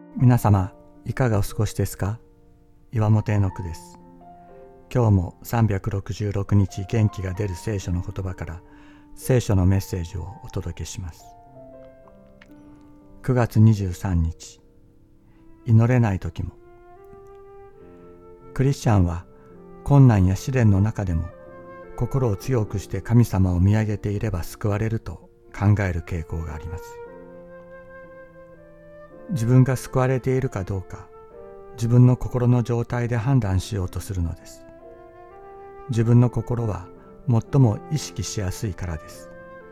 皆様いかがお過ごしですか？岩本絵の句です。今日も366日元気が出る聖書の言葉から聖書のメッセージをお届けします。9月23日、祈れない時も。クリスチャンは困難や試練の中でも心を強くして神様を見上げていれば救われると考える傾向があります。自分が救われているかどうか、自分の心の状態で判断しようとするのです。自分の心は最も意識しやすいからです。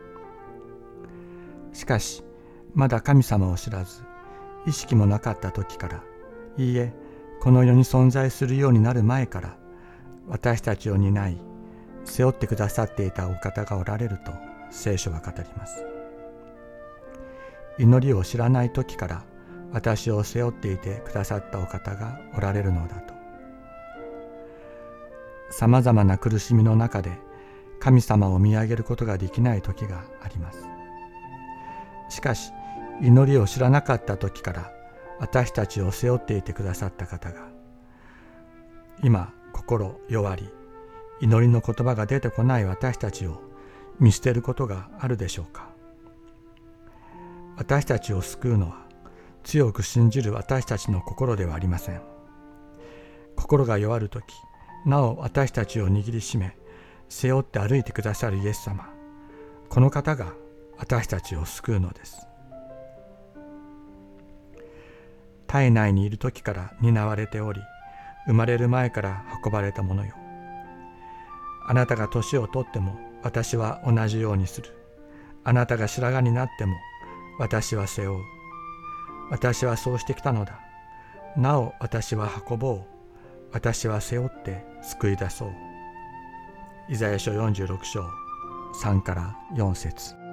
しかし、まだ神様を知らず、意識もなかった時から、いいえ、この世に存在するようになる前から、私たちを担い、背負ってくださっていたお方がおられると聖書は語ります。祈りを知らない時から、私を背負っていてくださったお方がおられるのだと。さまざまな苦しみの中で神様を見上げることができない時があります。しかし、祈りを知らなかった時から私たちを背負っていてくださった方が、今心弱り、祈りの言葉が出てこない私たちを見捨てることがあるでしょうか。私たちを救うのは強く信じる私たちの心ではありません。心が弱るとき、なお私たちを握りしめ、背負って歩いてくださるイエス様、この方が私たちを救うのです。体内にいるときから担われており、生まれる前から運ばれたものよ。あなたが年をとっても私は同じようにする。あなたが白髪になっても私は背負う。私はそうしてきたのだ。なお私は運ぼう。私は背負って救い出そう。イザヤ書46章3から4節。